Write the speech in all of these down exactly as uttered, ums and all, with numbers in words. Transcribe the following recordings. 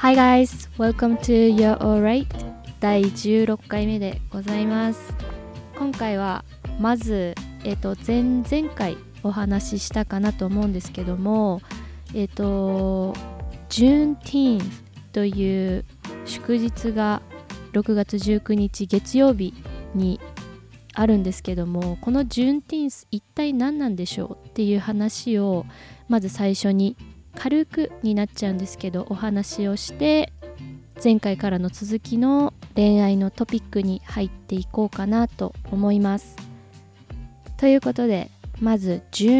Hi guys, welcome to You're Alright だいじゅうろっかいめでございます。今回はまず、えっと、前々回お話ししたかなと思うんですけども、えっと、Juneteenth という祝日がろくがつじゅうくにち月曜日にあるんですけども、この Juneteenth 一体何なんでしょうっていう話をまず最初に軽くになっちゃうんですけどお話をして、前回からの続きの恋愛のトピックに入っていこうかなと思います。ということでまず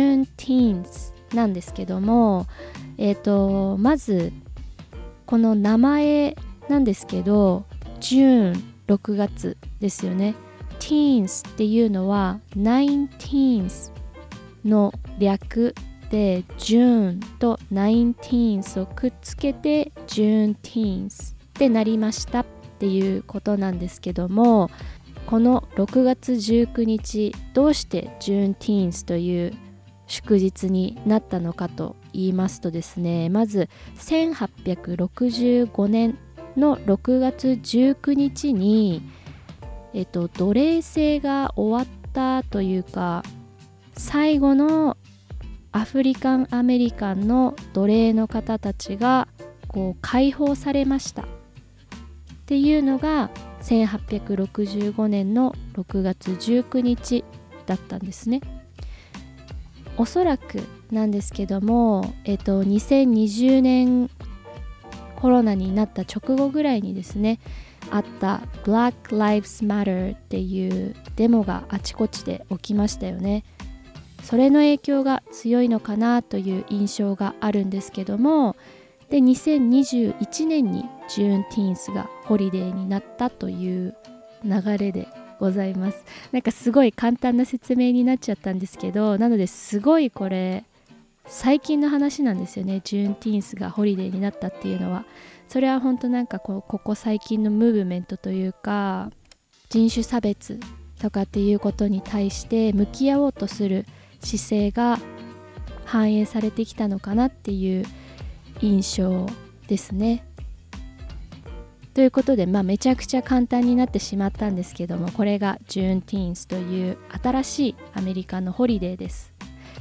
Juneteenth なんですけども、えーとまずこの名前なんですけど June ろくがつですよね。Teens っていうのは Nineteens の略で June と Nineteens をくっつけて Juneteenth ってなりましたっていうことなんですけども、このろくがつじゅうくにちどうして Juneteenth という祝日になったのかと言いますとですね、まずせんはっぴゃくろくじゅうごねんのろくがつじゅうくにちにえっと奴隷制が終わったというか、最後のアフリカンアメリカンの奴隷の方たちがこう解放されましたっていうのがせんはっぴゃくろくじゅうごねんのろくがつじゅうくにちだったんですね。おそらくなんですけども、えっと、にせんにじゅうねんコロナになった直後ぐらいにですねあった Black Lives Matter っていうデモがあちこちで起きましたよね。それの影響が強いのかなという印象があるんですけども、でにせんにじゅういちねんに Juneteenth がホリデーになったという流れでございます。なんかすごい簡単な説明になっちゃったんですけど、なのですごいこれ最近の話なんですよね。 Juneteenth がホリデーになったっていうのは、それは本当なんかこうここ最近のムーブメントというか、人種差別とかっていうことに対して向き合おうとする姿勢が反映されてきたのかなっていう印象ですね。ということで、まあ、めちゃくちゃ簡単になってしまったんですけども、これが Juneteenth という新しいアメリカのホリデーです。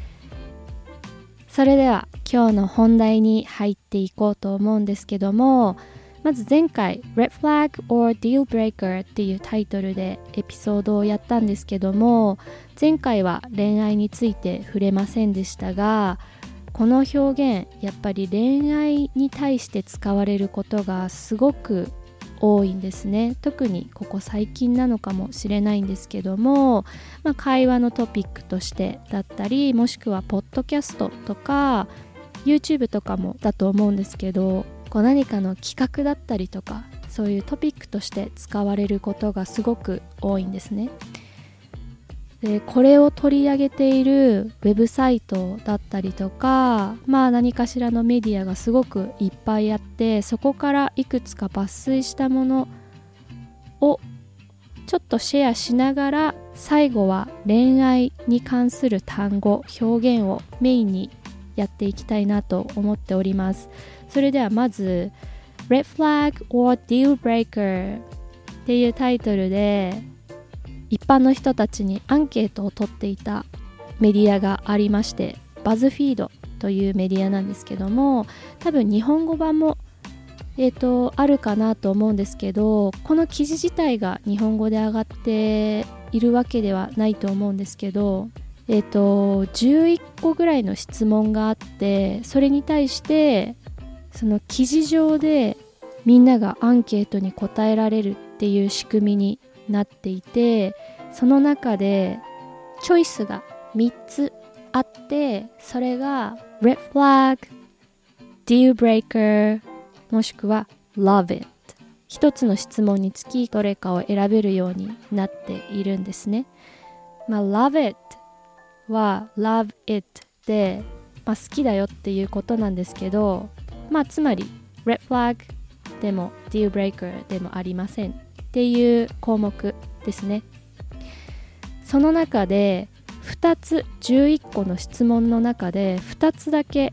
それでは今日の本題に入っていこうと思うんですけども、まず前回 Red Flag or Deal Breaker っていうタイトルでエピソードをやったんですけども、前回は恋愛について触れませんでしたが、この表現やっぱり恋愛に対して使われることがすごく多いんですね。特にここ最近なのかもしれないんですけども、まあ、会話のトピックとしてだったり、もしくはポッドキャストとか YouTube とかもだと思うんですけど、こう何かの企画だったりとか、そういうトピックとして使われることがすごく多いんですね。でこれを取り上げているウェブサイトだったりとか、まあ何かしらのメディアがすごくいっぱいあって、そこからいくつか抜粋したものをちょっとシェアしながら、最後は恋愛に関する単語表現をメインにやっていきたいなと思っております。それではまず Red Flag or Deal Breaker っていうタイトルで一般の人たちにアンケートを取っていたメディアがありまして、バズフィードというメディアなんですけども、多分日本語版も、えーと、あるかなと思うんですけど、この記事自体が日本語で上がっているわけではないと思うんですけど、えーと、じゅういっこぐらいの質問があって、それに対してその記事上でみんながアンケートに答えられるっていう仕組みになっていて、その中でチョイスがみっつあって、それが Red Flag, Deal Breaker もしくは Love It、 一つの質問につきどれかを選べるようになっているんですね。まあ、Love It は Love It で、まあ、好きだよっていうことなんですけど、まあつまり Red Flag でも Deal Breaker でもありませんっていう項目ですね。その中でふたつ、じゅういっこの質問の中でふたつだけ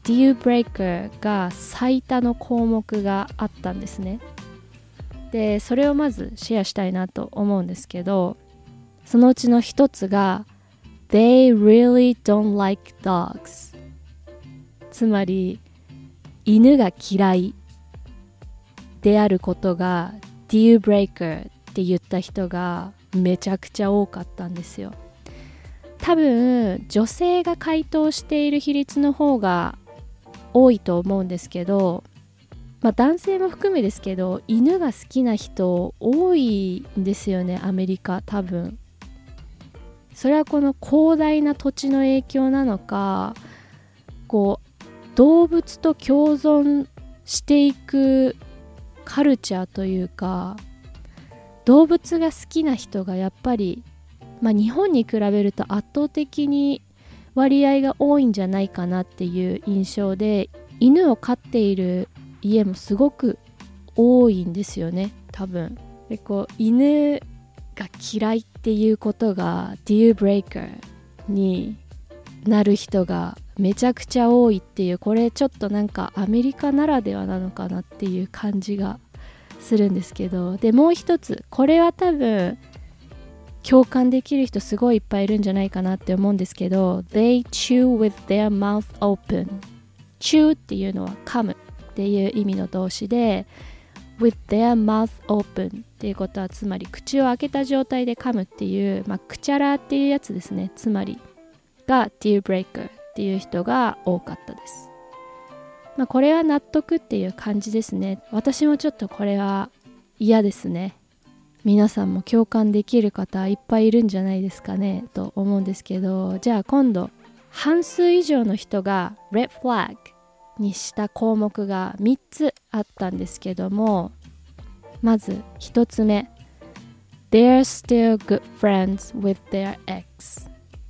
deal breaker が最多の項目があったんですね。でそれをまずシェアしたいなと思うんですけど、そのうちの一つが They really don't like dogs、 つまり犬が嫌いであることが deal breaker って言った人がめちゃくちゃ多かったんですよ。多分女性が回答している比率の方が多いと思うんですけど、まあ男性も含めですけど犬が好きな人多いんですよね、アメリカ。多分それはこの広大な土地の影響なのか、こう動物と共存していくカルチャーというか、動物が好きな人がやっぱり、まあ、日本に比べると圧倒的に割合が多いんじゃないかなっていう印象で、犬を飼っている家もすごく多いんですよね、多分。でこう犬が嫌いっていうことがディールブレイカーになる人がめちゃくちゃ多いっていう、これちょっとなんかアメリカならではなのかなっていう感じがするんですけど、でもう一つ、これは多分共感できる人すごいいっぱいいるんじゃないかなって思うんですけど、 They chew with their mouth open。 chew っていうのは噛むっていう意味の動詞で、 with their mouth open っていうことはつまり口を開けた状態で噛むっていう、まあ、くちゃらっていうやつですね。つまりが deal breaker っていう人が多かったです。まあこれは納得っていう感じですね。私もちょっとこれは嫌ですね。皆さんも共感できる方いっぱいいるんじゃないですかねと思うんですけど、じゃあ今度半数以上の人が Red Flag にした項目がみっつあったんですけども、まずひとつめ They're still good friends with their ex。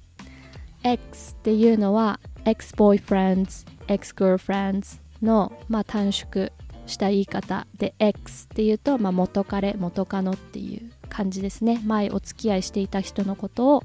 Ex っていうのは ex-boyfriends ex-girlfriends の、まあ、短縮した言い方で、 X っていうと、まあ、元彼元カノっていう感じですね。前お付き合いしていた人のことを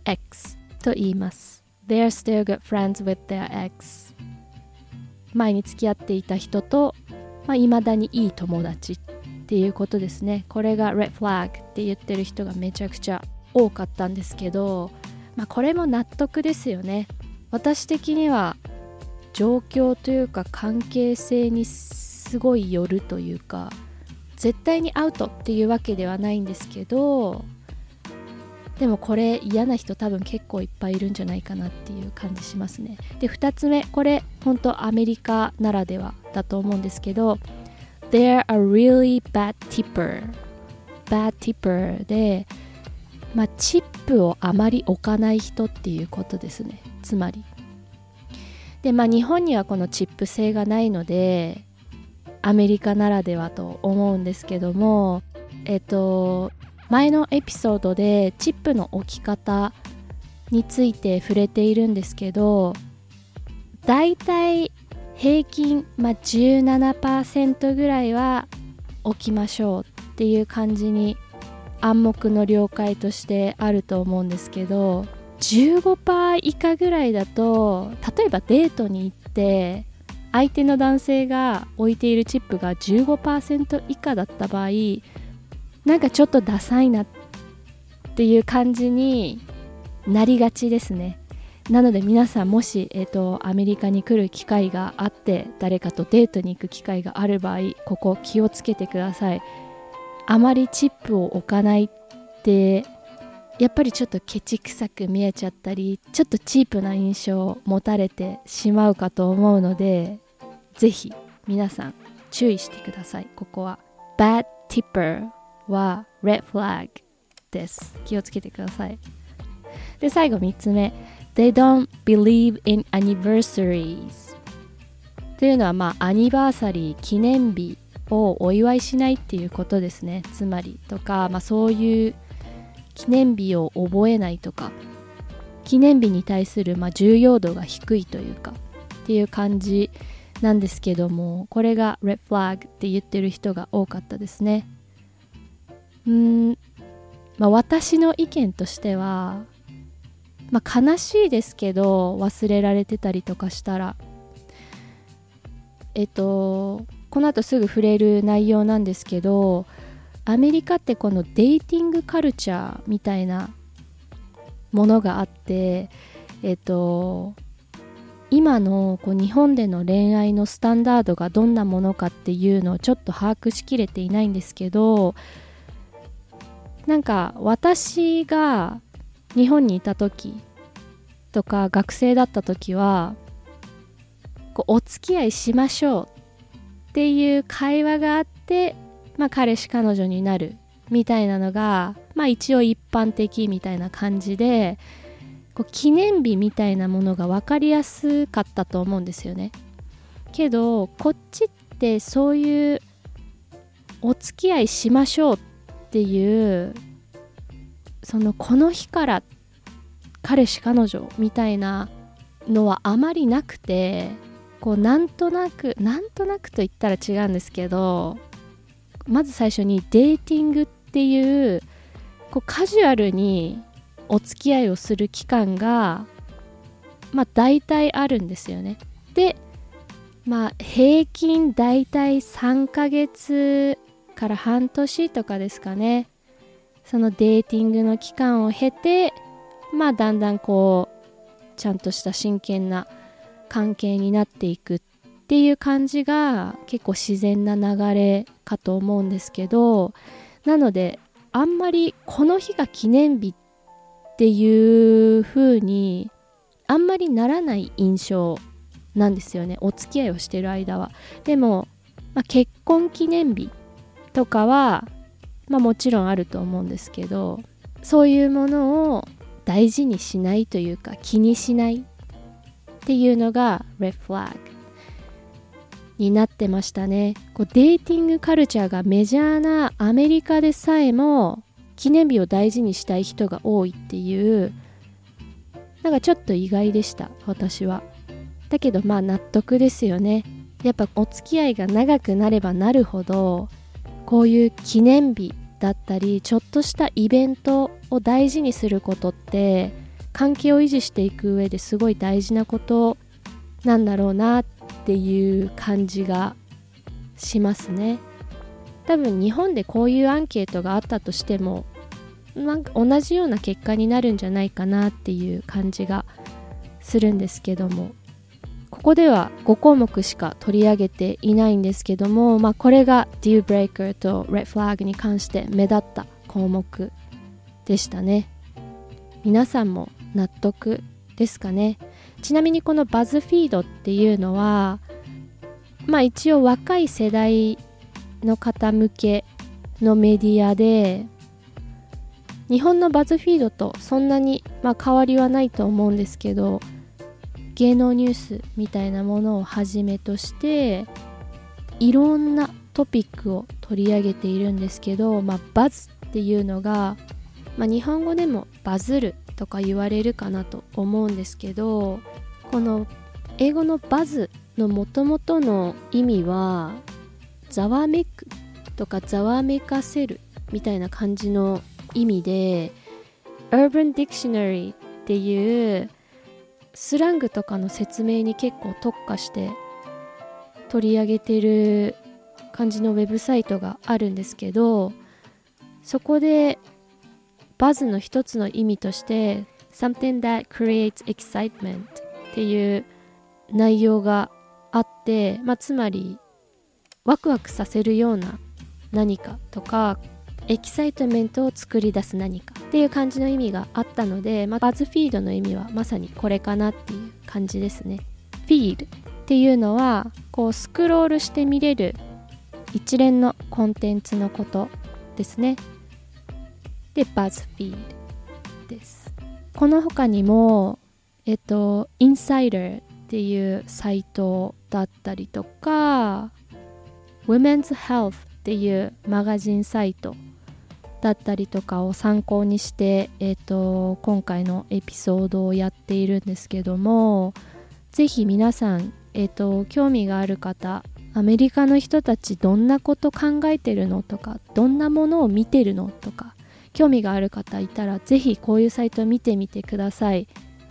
X と言います。 They're still good friends with their ex。 前に付き合っていた人と、まあ、未だにいい友達っていうことですね。これが Red Flag って言ってる人がめちゃくちゃ多かったんですけど、まあ、これも納得ですよね。私的には状況というか関係性にすごいよるというか、絶対にアウトっていうわけではないんですけど、でもこれ嫌な人多分結構いっぱいいるんじゃないかなっていう感じしますね。でふたつめ、これ本当アメリカならではだと思うんですけど、 They're a really bad tipper。 bad tipper で、まあ、チップをあまり置かない人っていうことですね。つまりで、まあ、日本にはこのチップ制がないのでアメリカならではと思うんですけども、えっと前のエピソードでチップの置き方について触れているんですけど、だいたい平均、まあ、じゅうななパーセント ぐらいは置きましょうっていう感じに暗黙の了解としてあると思うんですけど、じゅうごパーセント 以下ぐらいだと、例えばデートに行って相手の男性が置いているチップが じゅうごパーセント 以下だった場合、なんかちょっとダサいなっていう感じになりがちですね。なので皆さんもし、えーと、アメリカに来る機会があって、誰かとデートに行く機会がある場合、ここ気をつけてください。あまりチップを置かないってやっぱりちょっとケチくさく見えちゃったり、ちょっとチープな印象を持たれてしまうかと思うので、ぜひ皆さん注意してください。ここは Bad Tipper は Red Flag です。気をつけてください。で最後みっつめ、 They don't believe in anniversaries というのは、まあアニバーサリー、記念日をお祝いしないっていうことですね。つまりとか、まあそういう記念日を覚えないとか、記念日に対するまあ重要度が低いというかっていう感じなんですけども、これが Red Flag って言ってる人が多かったですね。うーん、まあ、私の意見としては、まあ、悲しいですけど忘れられてたりとかしたら、 えっとこの後すぐ触れる内容なんですけど、アメリカってこのデーティングカルチャーみたいなものがあって、えっと今のこう日本での恋愛のスタンダードがどんなものかっていうのをちょっと把握しきれていないんですけど、なんか私が日本にいた時とか学生だった時はこうお付き合いしましょうっていう会話があって、まあ、彼氏彼女になるみたいなのが、まあ、一応一般的みたいな感じで、こう記念日みたいなものが分かりやすかったと思うんですよね。けどこっちってそういうお付き合いしましょうっていうそのこの日から彼氏彼女みたいなのはあまりなくて、こうなんとなくなんとなくと言ったら違うんですけど、まず最初にデーティングっていう、こうカジュアルにお付き合いをする期間がまあ大体あるんですよね。でまあ平均大体さんかげつから半年とかですかね。そのデーティングの期間を経て、まあだんだんこうちゃんとした真剣な関係になっていくっていう感じが結構自然な流れかと思うんですけど、なのであんまりこの日が記念日っていう風にあんまりならない印象なんですよね、お付き合いをしてる間は。でも、まあ、結婚記念日とかは、まあ、もちろんあると思うんですけど、そういうものを大事にしないというか気にしないっていうのが Red Flag になってましたね。こうデーティングカルチャーがメジャーなアメリカでさえも記念日を大事にしたい人が多いっていう、なんかちょっと意外でした私は。だけどまあ納得ですよね。やっぱお付き合いが長くなればなるほど、こういう記念日だったりちょっとしたイベントを大事にすることって関係を維持していく上ですごい大事なことなんだろうなっていう感じがしますね。多分日本でこういうアンケートがあったとしてもなんか同じような結果になるんじゃないかなっていう感じがするんですけども、ここではごこうもくしか取り上げていないんですけども、まあ、これが Deal Breaker と Red Flag に関して目立った項目でしたね。皆さんも納得ですかね。ちなみにこのバズフィードっていうのは、まあ一応若い世代の方向けのメディアで、日本のバズフィードとそんなに、まあ、変わりはないと思うんですけど、芸能ニュースみたいなものをはじめとしていろんなトピックを取り上げているんですけど、まあ、バズっていうのが、まあ、日本語でもバズるとか言われるかなと思うんですけど、この英語のバズの元々の意味はざわめくとかざわめかせるみたいな感じの意味で、 Urban Dictionary っていうスラングとかの説明に結構特化して取り上げてる感じのウェブサイトがあるんですけど、そこでバズの一つの意味として Something that creates excitement っていう内容があって、まあ、つまりワクワクさせるような何かとかエキサイトメントを作り出す何かっていう感じの意味があったので、まあ、バズフィードの意味はまさにこれかなっていう感じですね。フィードっていうのはこうスクロールして見れる一連のコンテンツのことですね。でバズフィードです。この他にもえっとインサイダーっていうサイトだったりとか Women's Health っていうマガジンサイトだったりとかを参考にして、えーと、今回のエピソードをやっているんですけども、ぜひ皆さん、えーと、興味がある方、アメリカの人たちどんなこと考えてるのとか、どんなものを見てるのとか、興味がある方いたらぜひこういうサイトを見てみてください。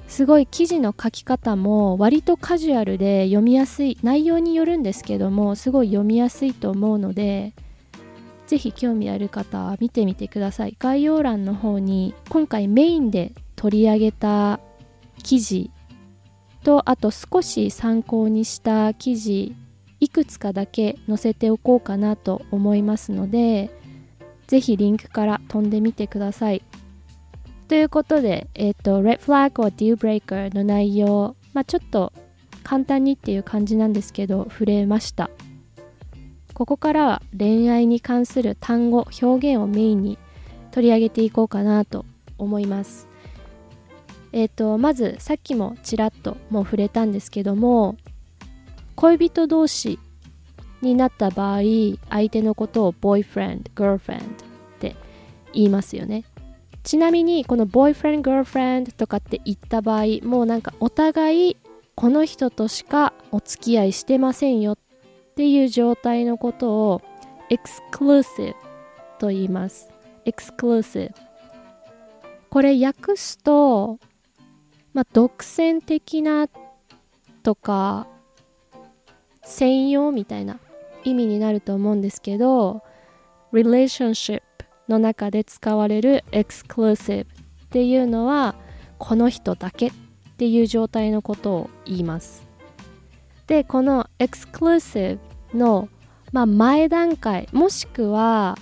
すごい記事の書き方も割とカジュアルで読みやすい、内容によるんですけどもすごい読みやすいと思うので、ぜひ興味ある方は見てみてください。概要欄の方に今回メインで取り上げた記事と、あと少し参考にした記事いくつかだけ載せておこうかなと思いますので、ぜひリンクから飛んでみてください。ということで、えっと、Red Flag or Deal Breaker の内容、まあ、ちょっと簡単にっていう感じなんですけど、触れました。ここからは恋愛に関する単語、表現をメインに取り上げていこうかなと思います。えっと、まずさっきもちらっともう触れたんですけども、恋人同士になった場合、相手のことを boyfriend、girlfriend って言いますよね。ちなみにこの boyfriend、girlfriend とかって言った場合、もうなんかお互いこの人としかお付き合いしてませんよっていう状態のことを exclusive と言います。exclusive。これ訳すと、まあ、独占的なとか専用みたいな意味になると思うんですけど、 relationship の中で使われる exclusive っていうのはこの人だけっていう状態のことを言います。で、この exclusive の、まあ、前段階もしくは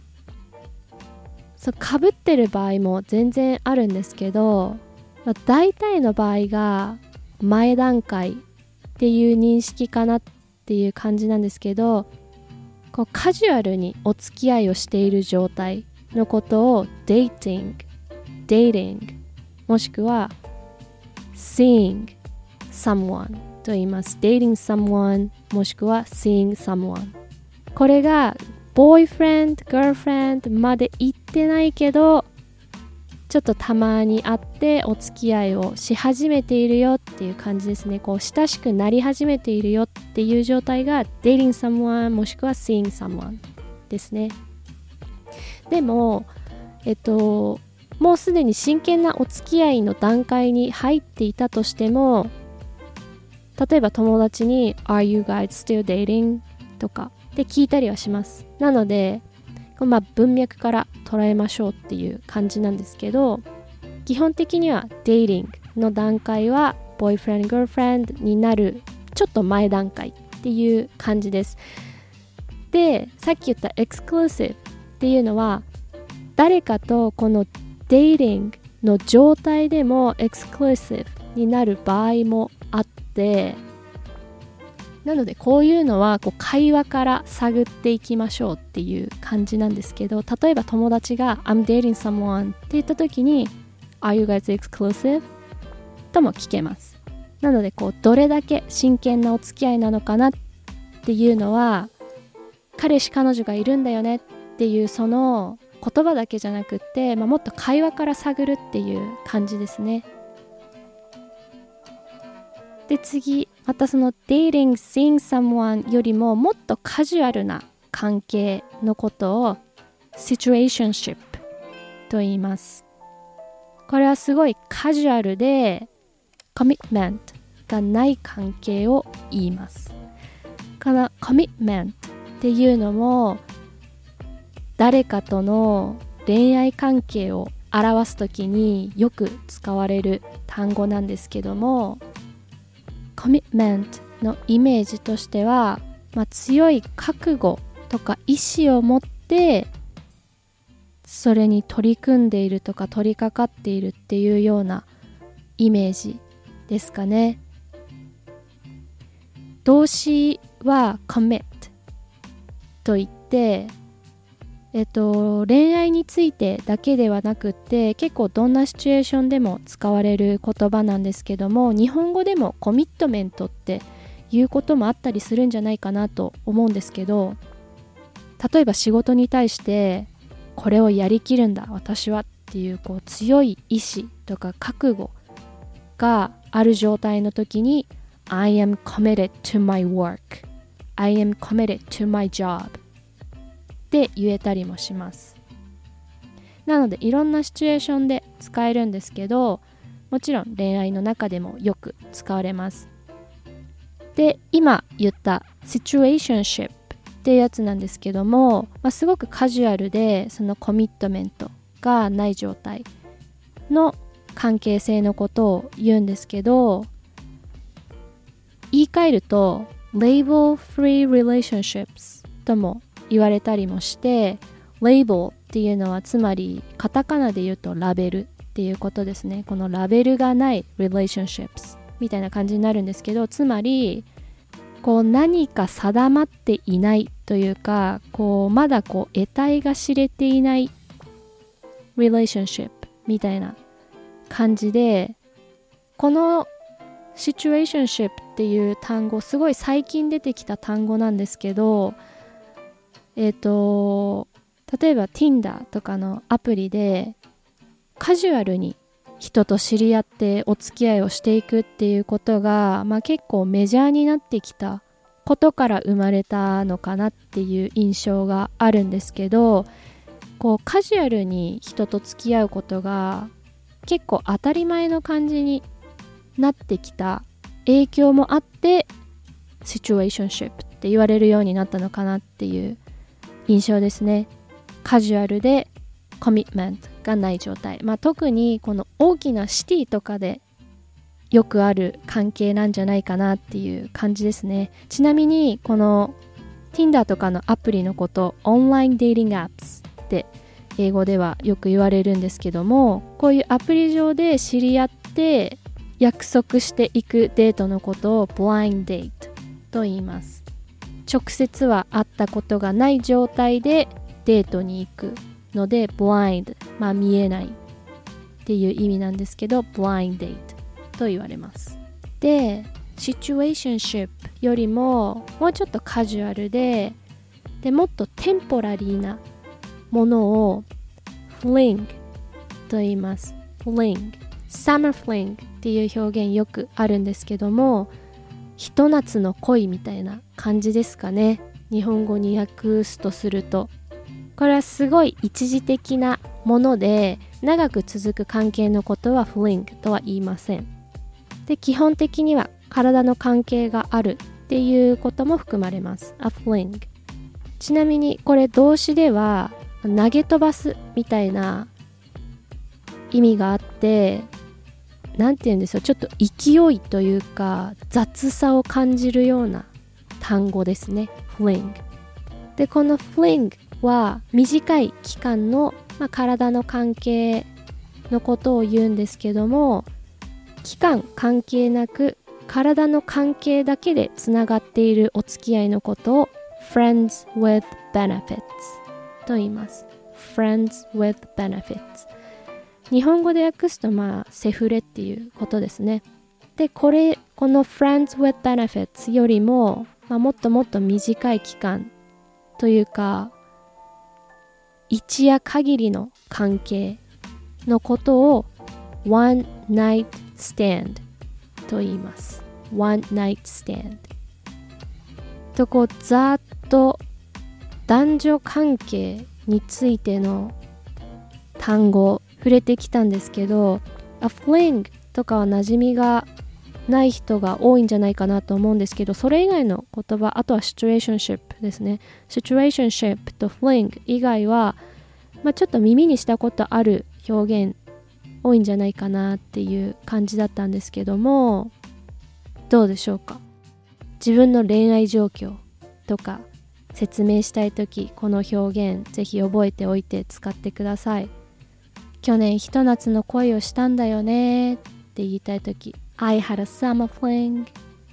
そう被ってる場合も全然あるんですけど、まあ、大体の場合が前段階っていう認識かなっていう感じなんですけど、こうカジュアルにお付き合いをしている状態のことを dating、dating もしくは seeing someone と言います。 dating someone もしくは seeing someone。 これが boyfriend、girlfriend まで行ってないけど、ちょっとたまに会ってお付き合いをし始めているよっていう感じですね。こう親しくなり始めているよっていう状態が dating someone もしくは seeing someone ですね。でも、えっと、もうすでに真剣なお付き合いの段階に入っていたとしても、例えば友達に Are you guys still dating? とかで聞いたりはします。なのでまあ、文脈から捉えましょうっていう感じなんですけど、基本的には dating の段階は boyfriend girlfriend になるちょっと前段階っていう感じです。で、さっき言った exclusive っていうのは誰かとこの dating の状態でも exclusive になる場合もあって、なのでこういうのはこう会話から探っていきましょうっていう感じなんですけど、例えば友達が I'm dating someone って言った時に Are you guys exclusive? とも聞けます。なのでこうどれだけ真剣なお付き合いなのかなっていうのは、彼氏彼女がいるんだよねっていうその言葉だけじゃなくって、まあ、もっと会話から探るっていう感じですね。で、次またその dating, seeing someone よりももっとカジュアルな関係のことを situationship と言います。これはすごいカジュアルでコミットメントがない関係を言います。このコミットメントっていうのも誰かとの恋愛関係を表すときによく使われる単語なんですけども、コミットメントのイメージとしては、まあ、強い覚悟とか意志を持ってそれに取り組んでいるとか取り掛かっているっていうようなイメージですかね。動詞は commit といって、えっと、恋愛についてだけではなくって結構どんなシチュエーションでも使われる言葉なんですけども、日本語でもコミットメントっていうこともあったりするんじゃないかなと思うんですけど、例えば仕事に対してこれをやりきるんだ私はっていう、こう強い意志とか覚悟がある状態の時に I am committed to my work I am committed to my jobって言えたりもします。なのでいろんなシチュエーションで使えるんですけど、 もちろん恋愛の中でもよく使われます。で、今言ったsituationshipっていうやつなんですけども、まあ、すごくカジュアルでそのコミットメントがない状態の関係性のことを言うんですけど、言い換えると label free relationships とも言われたりもして、label っていうのはつまりカタカナで言うとラベルっていうことですね。このラベルがない relationships みたいな感じになるんですけど、つまりこう何か定まっていないというか、こうまだこう得体が知れていない relationship みたいな感じで、この situationship っていう単語、すごい最近出てきた単語なんですけど、えっと例えば Tinder とかのアプリでカジュアルに人と知り合ってお付き合いをしていくっていうことが、まあ、結構メジャーになってきたことから生まれたのかなっていう印象があるんですけど、こうカジュアルに人と付き合うことが結構当たり前の感じになってきた影響もあって、シチュエーションシップって言われるようになったのかなっていう印象ですね。カジュアルでコミットメントがない状態、まあ、特にこの大きなシティとかでよくある関係なんじゃないかなっていう感じですね。ちなみにこの Tinder とかのアプリのこと、オンラインデーティングアップスって英語ではよく言われるんですけども、こういうアプリ上で知り合って約束していくデートのことを blind date と言います。直接は会ったことがない状態でデートに行くので blind、まあ見えないっていう意味なんですけど blind date と言われます。で、situationship よりももうちょっとカジュアルで、でもっとテンポラリーなものを fling と言います。fling、summer fling っていう表現よくあるんですけども、ひと夏の恋みたいな感じですかね。日本語に訳すとすると、これはすごい一時的なもので、長く続く関係のことは fling とは言いません。で、基本的には体の関係があるっていうことも含まれます。a fling。ちなみにこれ動詞では投げ飛ばすみたいな意味があって、なんて言うんですよ、ちょっと勢いというか雑さを感じるような単語ですね、fling。で、この fling は短い期間の、まあ、体の関係のことを言うんですけども、期間関係なく体の関係だけでつながっているお付き合いのことを friends with benefits と言います。 friends with benefits、 日本語で訳すとまあセフレっていうことですね。で、これこの friends with benefits よりも、まあ、もっともっと短い期間というか一夜限りの関係のことを one night stand と言います。 one night stand と、こうざーっと男女関係についての単語触れてきたんですけど、 a fling とかは馴染みがない人が多いんじゃないかなと思うんですけど、それ以外の言葉、あとは situationship ですね。situationship と fling 以外は、まあ、ちょっと耳にしたことある表現多いんじゃないかなっていう感じだったんですけども、どうでしょうか。自分の恋愛状況とか説明したいとき、この表現ぜひ覚えておいて使ってください。去年ひと夏の恋をしたんだよねって言いたいとき、I had a summer fling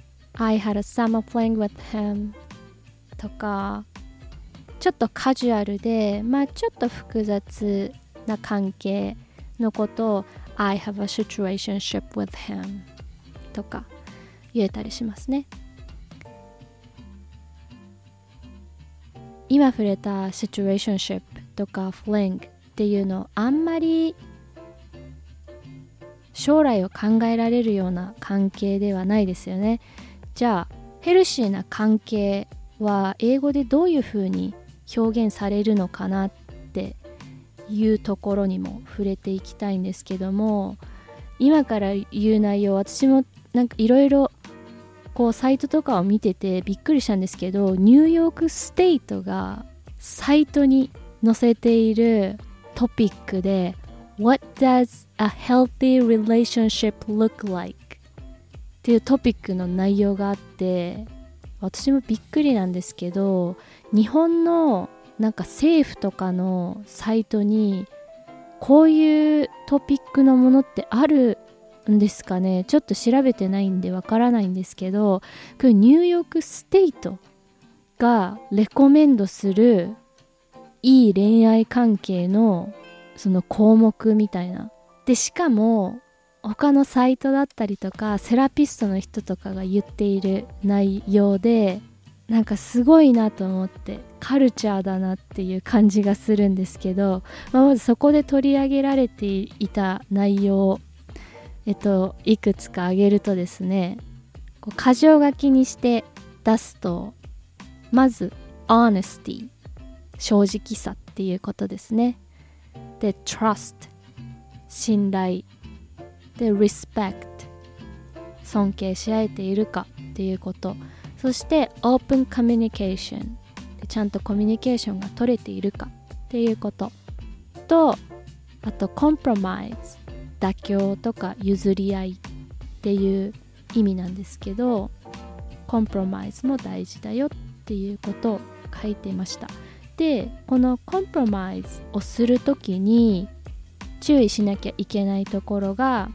I had a summer fling with him とか、ちょっとカジュアルで、まあちょっと複雑な関係のことを I have a situationship with him とか言えたりしますね。今触れた situationship とか fling っていうのあんまり将来を考えられるような関係ではないですよね。じゃあヘルシーな関係は英語でどういうふうに表現されるのかなっていうところにも触れていきたいんですけども、 今から言う内容、私もなんかいろいろこうサイトとかを見ててびっくりしたんですけど、ニューヨークステイトがサイトに載せているトピックで What does a healthy relationship look like? っていうトピックの内容があって、私もびっくりなんですけど、日本のなんか政府とかのサイトにこういうトピックのものってあるんですかね。ちょっと調べてないんでわからないんですけど、これニューヨークステイトがレコメンドするいい恋愛関係のその項目みたいな。で、しかも他のサイトだったりとかセラピストの人とかが言っている内容で、なんかすごいなと思って、カルチャーだなっていう感じがするんですけど、まあ、まずそこで取り上げられていた内容、えっといくつか挙げるとですね、こう箇条書きにして出すと、まず honesty 正直さっていうことですね。で trust 信頼で respect 尊敬し合えているかっていうこと、そして open communication でちゃんとコミュニケーションが取れているかっていうことと、あと compromise 妥協とか譲り合いっていう意味なんですけど、コンプロマイズも大事だよっていうことを書いていました。で、このコンプロマイズをするときに注意しなきゃいけないところが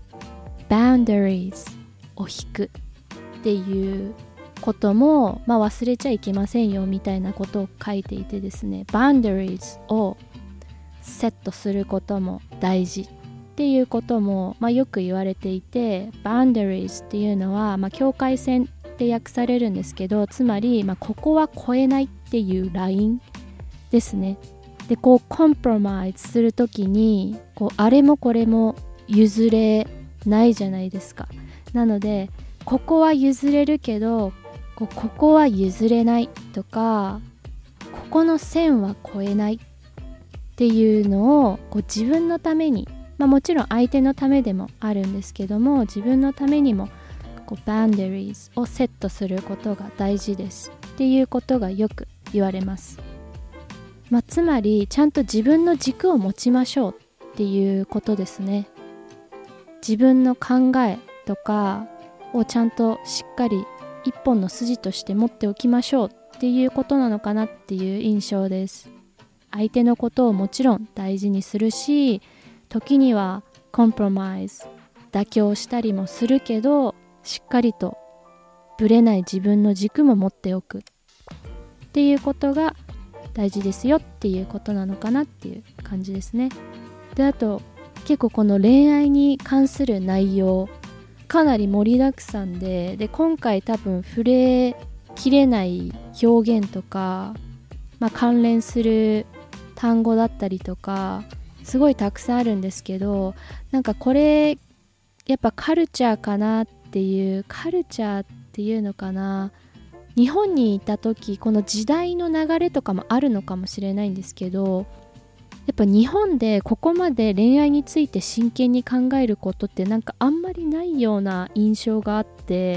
boundaries を引くっていうことも、まあ、忘れちゃいけませんよみたいなことを書いていてですね、boundaries をセットすることも大事っていうことも、まあ、よく言われていて、 boundaries っていうのは、まあ、境界線って訳されるんですけど、つまり、まあ、ここは越えないっていうラインですね。で、こうコンプロマイズするときにこうあれもこれも譲れないじゃないですか。なのでここは譲れるけどこうここは譲れないとか、ここの線は越えないっていうのをこう自分のために、まあ、もちろん相手のためでもあるんですけども、自分のためにもこう boundaries をセットすることが大事ですっていうことがよく言われます。まあ、つまりちゃんと自分の軸を持ちましょうっていうことですね。自分の考えとかをちゃんとしっかり一本の筋として持っておきましょうっていうことなのかなっていう印象です。相手のことをもちろん大事にするし、時にはコンプロマイズ妥協したりもするけど、しっかりとぶれない自分の軸も持っておくっていうことが大事ですよっていうことなのかなっていう感じですね。で、あと結構この恋愛に関する内容かなり盛りだくさんで、で今回多分触れきれない表現とか、まあ、関連する単語だったりとかすごいたくさんあるんですけど、なんかこれやっぱカルチャーかなっていう、カルチャーっていうのかな、日本にいた時この時代の流れとかもあるのかもしれないんですけど、やっぱ日本でここまで恋愛について真剣に考えることってなんかあんまりないような印象があって、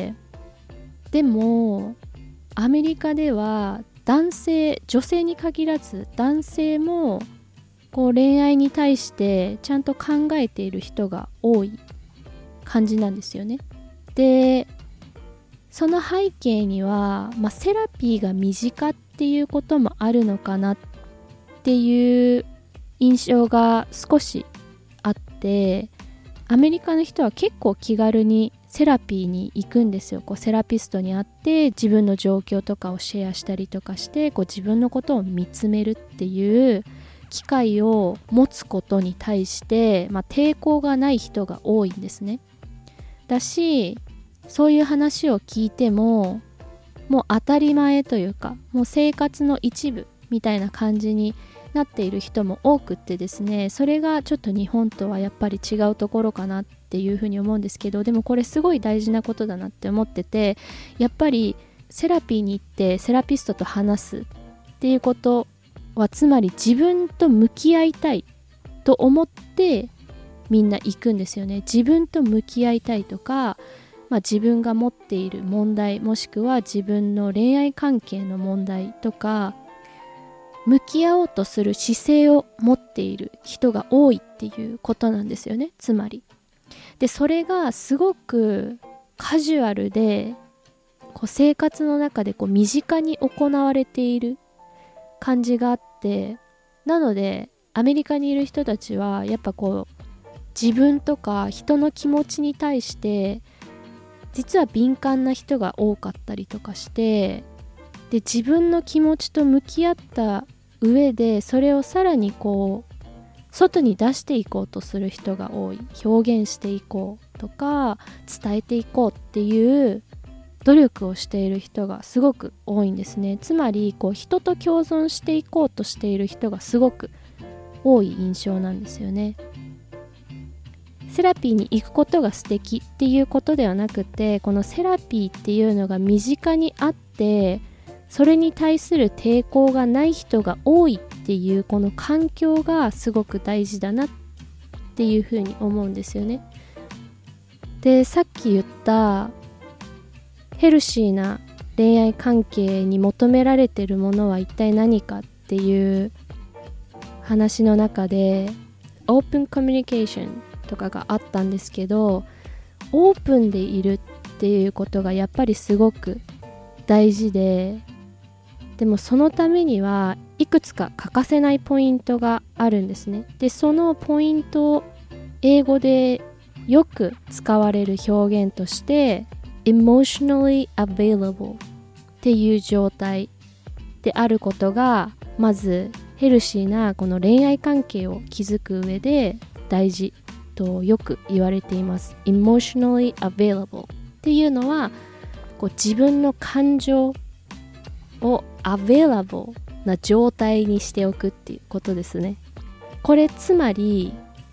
でもアメリカでは男性、女性に限らず男性もこう恋愛に対してちゃんと考えている人が多い感じなんですよね。で、その背景には、まあ、セラピーが身近っていうこともあるのかなっていう印象が少しあって、アメリカの人は結構気軽にセラピーに行くんですよ。こうセラピストに会って自分の状況とかをシェアしたりとかして、こう自分のことを見つめるっていう機会を持つことに対して、まあ、抵抗がない人が多いんですね。だし、そういう話を聞いてももう当たり前というか、もう生活の一部みたいな感じになっている人も多くってですね、それがちょっと日本とはやっぱり違うところかなっていうふうに思うんですけど、でもこれすごい大事なことだなって思ってて、やっぱりセラピーに行ってセラピストと話すっていうことは、つまり自分と向き合いたいと思ってみんな行くんですよね。自分と向き合いたいとか、まあ、自分が持っている問題、もしくは自分の恋愛関係の問題とか、向き合おうとする姿勢を持っている人が多いっていうことなんですよね、つまり。で、それがすごくカジュアルで、こう生活の中でこう身近に行われている感じがあって、なのでアメリカにいる人たちはやっぱこう自分とか人の気持ちに対して実は敏感な人が多かったりとかして、で自分の気持ちと向き合った上でそれをさらにこう外に出していこうとする人が多い。表現していこうとか伝えていこうっていう努力をしている人がすごく多いんですね。つまりこう人と共存していこうとしている人がすごく多い印象なんですよね。セラピーに行くことが素敵っていうことではなくて、このセラピーっていうのが身近にあってそれに対する抵抗がない人が多いっていうこの環境がすごく大事だなっていうふうに思うんですよね。で、さっき言ったヘルシーな恋愛関係に求められているものは一体何かっていう話の中でオープンコミュニケーションとかがあったんですけど、オープンでいるっていうことがやっぱりすごく大事で、でもそのためにはいくつか欠かせないポイントがあるんですね。で、そのポイントを英語でよく使われる表現としてemotionally available っていう状態であることがまずヘルシーなこの恋愛関係を築く上で大事とよく言われています。 emotionally available っていうのはこう自分の感情を available な状態にしておくっていうことですね。これつまり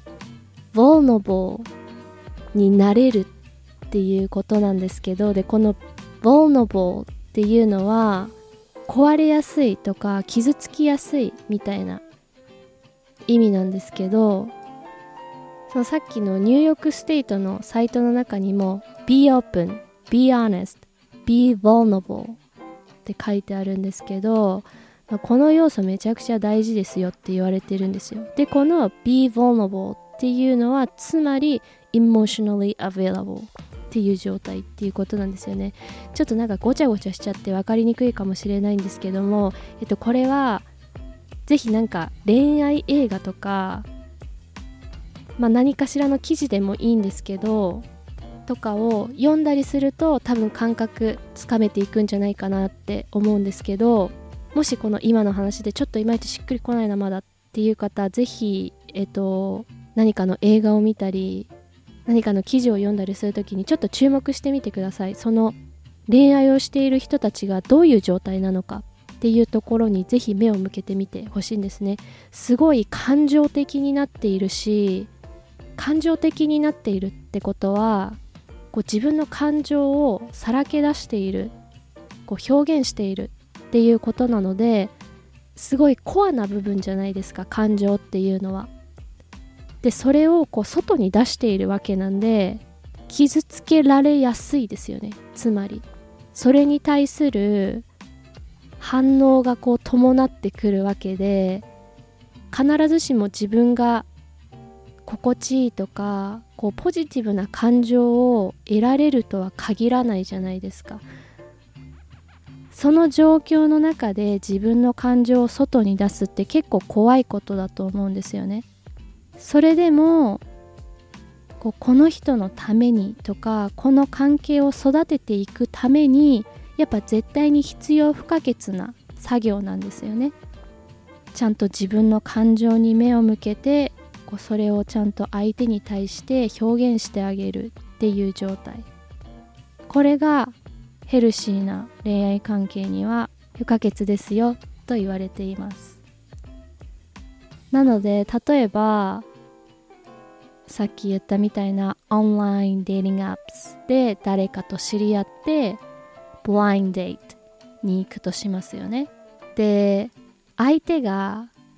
vulnerable になれるっていうことなんですけど、でこの vulnerable っていうのは壊れやすいとか傷つきやすいみたいな意味なんですけど、そのさっきのニューヨークステイトのサイトの中にも be open, be honest, be vulnerable って書いてあるんですけど、この要素めちゃくちゃ大事ですよって言われてるんですよ。で、この be vulnerable っていうのはつまり emotionally available っていう状態っていうことなんですよね。ちょっとなんかごちゃごちゃしちゃって分かりにくいかもしれないんですけども、えっとこれはぜひなんか恋愛映画とか、まあ、何かしらの記事でもいいんですけどとかを読んだりすると多分感覚つかめていくんじゃないかなって思うんですけど、もしこの今の話でちょっといまいちしっくりこないなまだっていう方、ぜひえっと何かの映画を見たり何かの記事を読んだりするときにちょっと注目してみてください。その恋愛をしている人たちがどういう状態なのかっていうところにぜひ目を向けてみてほしいんですね。すごい感情的になっているし、感情的になっているってことはこう自分の感情をさらけ出している、こう表現しているっていうことなので、すごいコアな部分じゃないですか、感情っていうのは。でそれをこう外に出しているわけなんで傷つけられやすいですよね。つまりそれに対する反応がこう伴ってくるわけで、必ずしも自分が心地いいとかこうポジティブな感情を得られるとは限らないじゃないですか。その状況の中で自分の感情を外に出すって結構怖いことだと思うんですよね。それでもこうこの人のためにとかこの関係を育てていくためにやっぱ絶対に必要不可欠な作業なんですよね。ちゃんと自分の感情に目を向けてこうそれをちゃんと相手に対して表現してあげるっていう状態、これがヘルシーな恋愛関係には不可欠ですよと言われています。なので例えばさっき言ったみたいなオンラインデーティングアップスで誰かと知り合ってブラインドデートに行くとしますよね。で相手が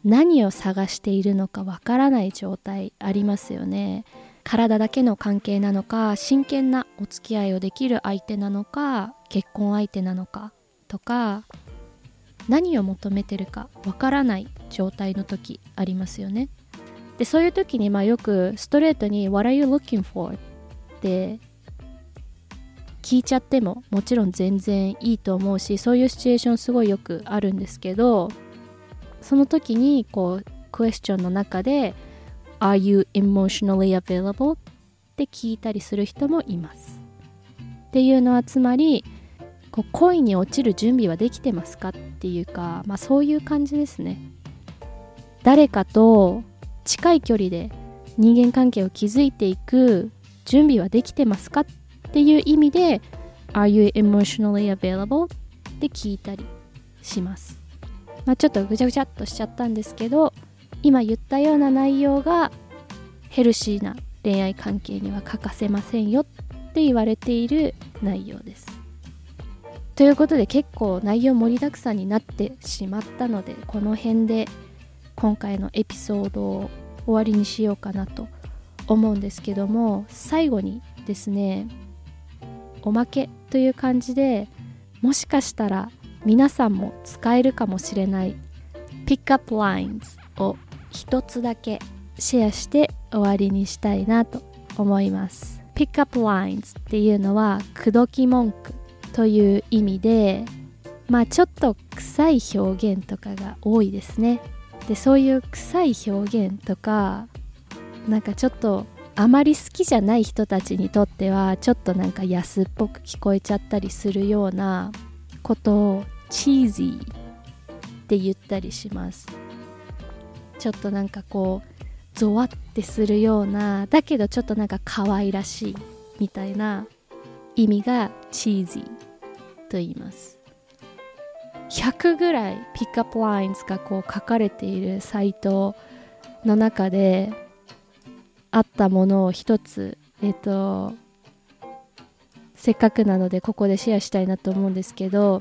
何を探しているのかわからない状態ありますよね。体だけの関係なのか、真剣なお付き合いをできる相手なのか、結婚相手なのかとか、何を求めてるかわからない状態の時ありますよね。で、そういう時にまあよくストレートに What are you looking for? って聞いちゃってももちろん全然いいと思うし、そういうシチュエーションすごいよくあるんですけど、その時にこうクエスチョンの中で Are you emotionally available? って聞いたりする人もいます。っていうのはつまりこう恋に落ちる準備はできてますかっていうか、まあそういう感じですね。誰かと近い距離で人間関係を築いていく準備はできてますかっていう意味で Are you emotionally available? って聞いたりします。まあちょっとぐちゃぐちゃっとしちゃったんですけど、今言ったような内容がヘルシーな恋愛関係には欠かせませんよって言われている内容です。ということで結構内容盛りだくさんになってしまったので、この辺で今回のエピソードを終わりにしようかなと思うんですけども、最後にですね、おまけという感じで、もしかしたら皆さんも使えるかもしれないピックアップラインズを一つだけシェアして終わりにしたいなと思います。ピックアップラインズっていうのは口説き文句という意味で、まあちょっと臭い表現とかが多いですね。で、そういう臭い表現とか、なんかちょっとあまり好きじゃない人たちにとってはちょっとなんか安っぽく聞こえちゃったりするようなことをチーズィーって言ったりします。ちょっとなんかこうゾワってするような、だけどちょっとなんか可愛らしいみたいな意味がチーズィーと言います。ひゃくぐらいピックアップラインズがこう書かれているサイトの中であったものを一つ、えっとせっかくなのでここでシェアしたいなと思うんですけど、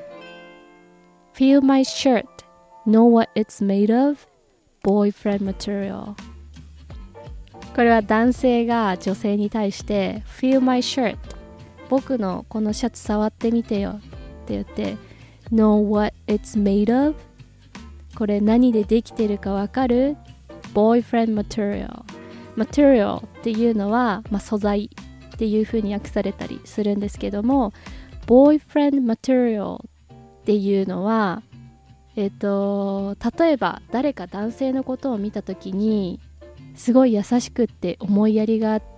Feel my shirt, know what it's made of, boyfriend material。 これは男性が女性に対して Feel my shirt、 僕のこのシャツ触ってみてよって言って、 Know what it's made of、 これ何でできてるかわかる？ boyfriend material。 material っていうのは、まあ、素材っていう風に訳されたりするんですけども、 boyfriend material っていうのは、えっと例えば誰か男性のことを見た時にすごい優しくって思いやりがあって、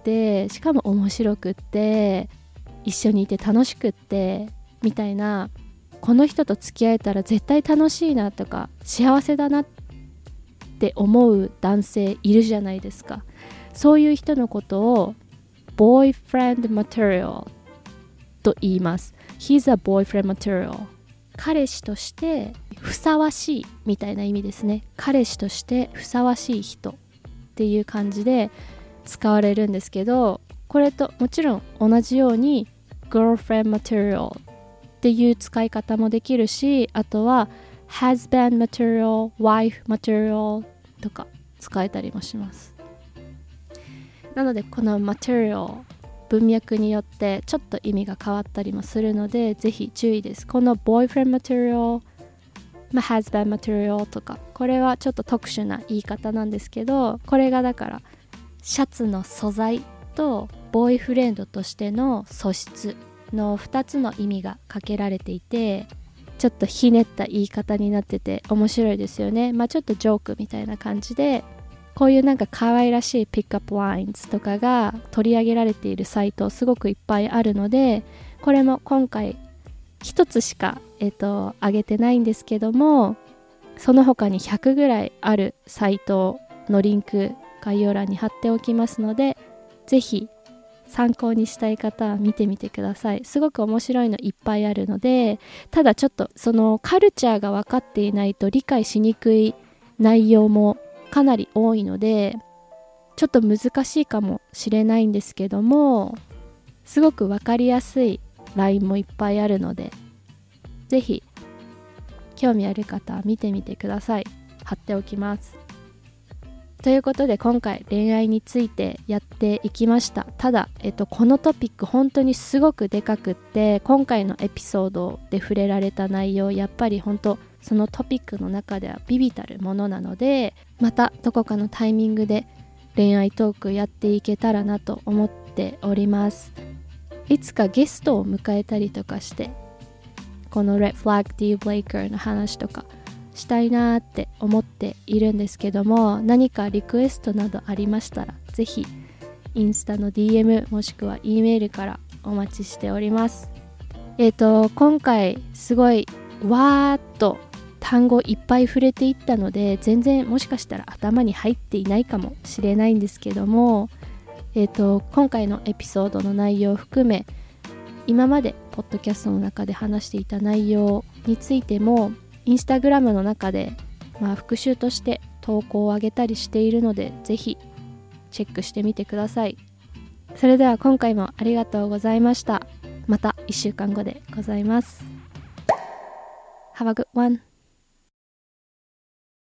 しかも面白くって一緒にいて楽しくってみたいな、この人と付き合えたら絶対楽しいなとか幸せだなって思う男性いるじゃないですか。そういう人のことをboyfriend material と言います。 He's a boyfriend material。 彼氏としてふさわしいみたいな意味ですね。彼氏としてふさわしい人っていう感じで使われるんですけど、これともちろん同じように girlfriend material っていう使い方もできるし、あとは husband material、wife material とか使えたりもします。なのでこの material 文脈によってちょっと意味が変わったりもするので、ぜひ注意です。この boyfriend material、まあ、husband material とか、これはちょっと特殊な言い方なんですけど、これがだからシャツの素材とボーイフレンドとしての素質のふたつの意味がかけられていて、ちょっとひねった言い方になってて面白いですよね。まあちょっとジョークみたいな感じで、こういうなんか可愛らしいピックアップラインズとかが取り上げられているサイトすごくいっぱいあるので、これも今回一つしか、えっと、上げてないんですけども、その他にひゃくぐらいあるサイトのリンク概要欄に貼っておきますので、ぜひ参考にしたい方は見てみてください。すごく面白いのいっぱいあるので、ただちょっとそのカルチャーが分かっていないと理解しにくい内容もかなり多いので、ちょっと難しいかもしれないんですけども、すごく分かりやすいラインもいっぱいあるので、ぜひ興味ある方は見てみてください。 貼っておきます。ということで今回恋愛についてやっていきました。ただ、えっと、このトピック本当にすごくでかくって、今回のエピソードで触れられた内容、やっぱり本当そのトピックの中ではビビたるものなので、またどこかのタイミングで恋愛トークやっていけたらなと思っております。いつかゲストを迎えたりとかして、この Red Flag Deal Breaker の話とかしたいなって思っているんですけども、何かリクエストなどありましたらぜひインスタの ディーエム もしくは E メールからお待ちしております。えっと今回すごいわーっと単語いっぱい触れていったので、全然もしかしたら頭に入っていないかもしれないんですけども、えっと今回のエピソードの内容を含め、今までポッドキャストの中で話していた内容についてもインスタグラムの中で、まあ、復習として投稿を上げたりしているので、ぜひチェックしてみてください。それでは今回もありがとうございました。またいっしゅうかんごでございます。Have a good one.